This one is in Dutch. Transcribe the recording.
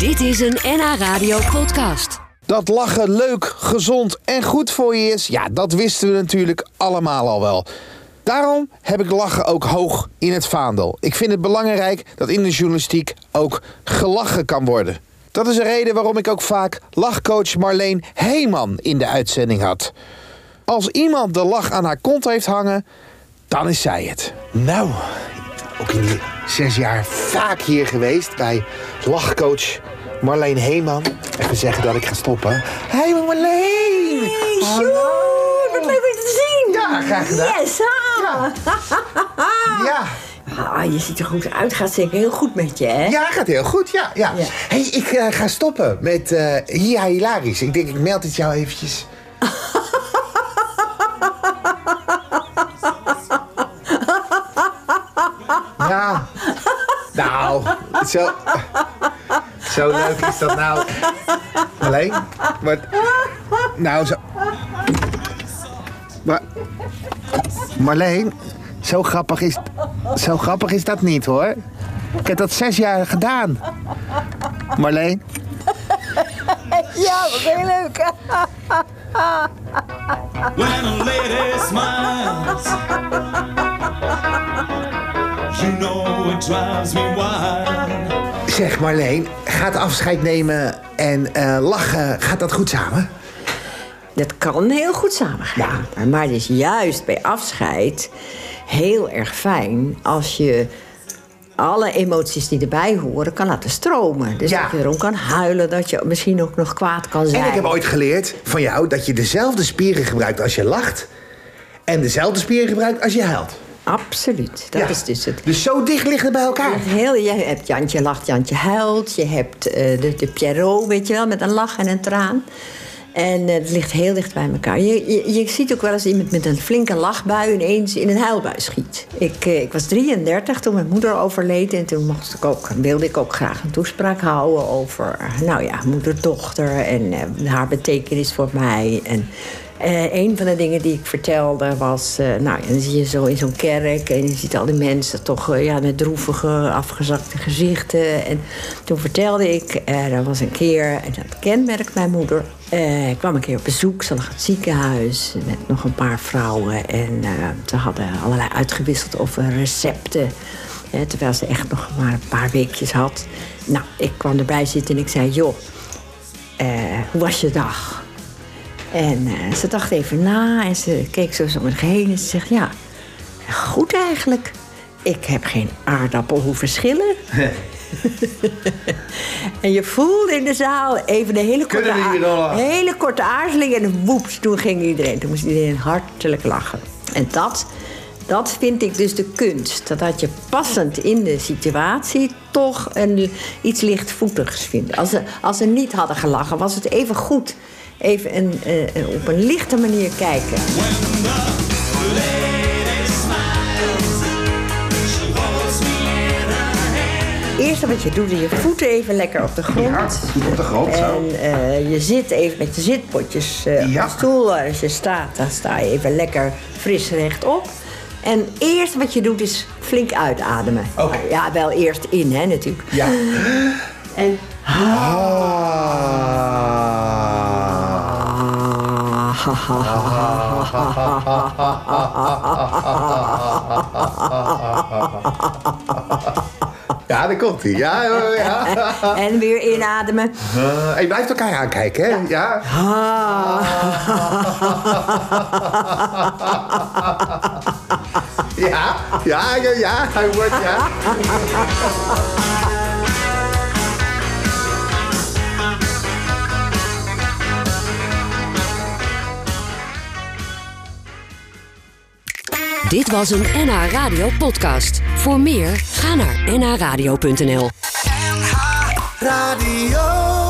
Dit is een NH Radio podcast. Dat lachen leuk, gezond en goed voor je is, ja, dat wisten we natuurlijk allemaal al wel. Daarom heb ik lachen ook hoog in het vaandel. Ik vind het belangrijk dat in de journalistiek ook gelachen kan worden. Dat is een reden waarom ik ook vaak lachcoach Marleen Heeman in de uitzending had. Als iemand de lach aan haar kont heeft hangen, dan is zij het. Nou, ook in die 6 jaar vaak hier geweest bij lachcoach Marleen Heeman. Even zeggen dat ik ga stoppen. Hey Marleen! Hey, Sjoerd! Wat leuk om je te zien! Ja, graag gedaan. Yes! Ja. Je ziet er goed uit. Gaat zeker heel goed met je, hè? Ja, gaat heel goed, ja. Hey, ik ga stoppen met Hiha Hilarisch. Ik denk, ik meld het jou eventjes. Ja. Nou, zo leuk is dat nou. Alleen, wat... Nou, zo... Marleen, zo grappig is dat niet, hoor. Ik heb dat 6 jaar gedaan. Marleen? Ja, wat heel leuk. When a lady smiles, you know it drives me wild. Zeg Marleen, gaat afscheid nemen en lachen, gaat dat goed samen? Dat kan heel goed samengaan. Ja. Maar het is juist bij afscheid heel erg fijn als je alle emoties die erbij horen kan laten stromen. Dus dat je erom kan huilen, dat je misschien ook nog kwaad kan zijn. En ik heb ooit geleerd van jou dat je dezelfde spieren gebruikt als je lacht en dezelfde spieren gebruikt als je huilt. Absoluut, dat is dus het. Dus zo dicht liggen het bij elkaar. Je hebt Jantje lacht, Jantje huilt. Je hebt de Pierrot, weet je wel, met een lach en een traan. En het ligt heel dicht bij elkaar. Je ziet ook wel eens iemand met een flinke lachbui ineens in een huilbui schiet. Ik was 33 toen mijn moeder overleed. En toen wilde ik ook graag een toespraak houden over moeder-dochter en haar betekenis voor mij. En een van de dingen die ik vertelde was... dan zie je zo in zo'n kerk en je ziet al die mensen toch met droevige, afgezakte gezichten. En toen vertelde ik, er was een keer, en dat kenmerkt mijn moeder... Ik kwam een keer op bezoek, ze lag in het ziekenhuis met nog een paar vrouwen. En ze hadden allerlei uitgewisseld over recepten. Terwijl ze echt nog maar een paar weekjes had. Nou, ik kwam erbij zitten en ik zei, joh, hoe was je dag? En ze dacht even na en ze keek zo om zich heen en ze zegt... ja, goed eigenlijk. Ik heb geen aardappel hoeven schillen. En je voelde in de zaal even een hele korte aarzeling... en woeps, toen ging iedereen. Toen moest iedereen hartelijk lachen. En dat vind ik dus de kunst. Dat je passend in de situatie toch iets lichtvoetigs vindt. Als ze niet hadden gelachen, was het even goed... even op een lichte manier kijken. Het eerste wat je doet is je voeten even lekker op de grond. Ja, voet op de grond, zo. En je zit even met je zitpotjes op de stoel. Als je staat, dan sta je even lekker fris rechtop. En het eerste wat je doet is flink uitademen. Okay. Ja, wel eerst in, hè, natuurlijk. Ja. En... Ja, daar komt hij. Ja. En weer inademen. En je blijft elkaar aankijken, hè? Ja. Ja, hij wordt, ja. Dit was een NH Radio podcast. Voor meer, ga naar nhradio.nl. NH Radio.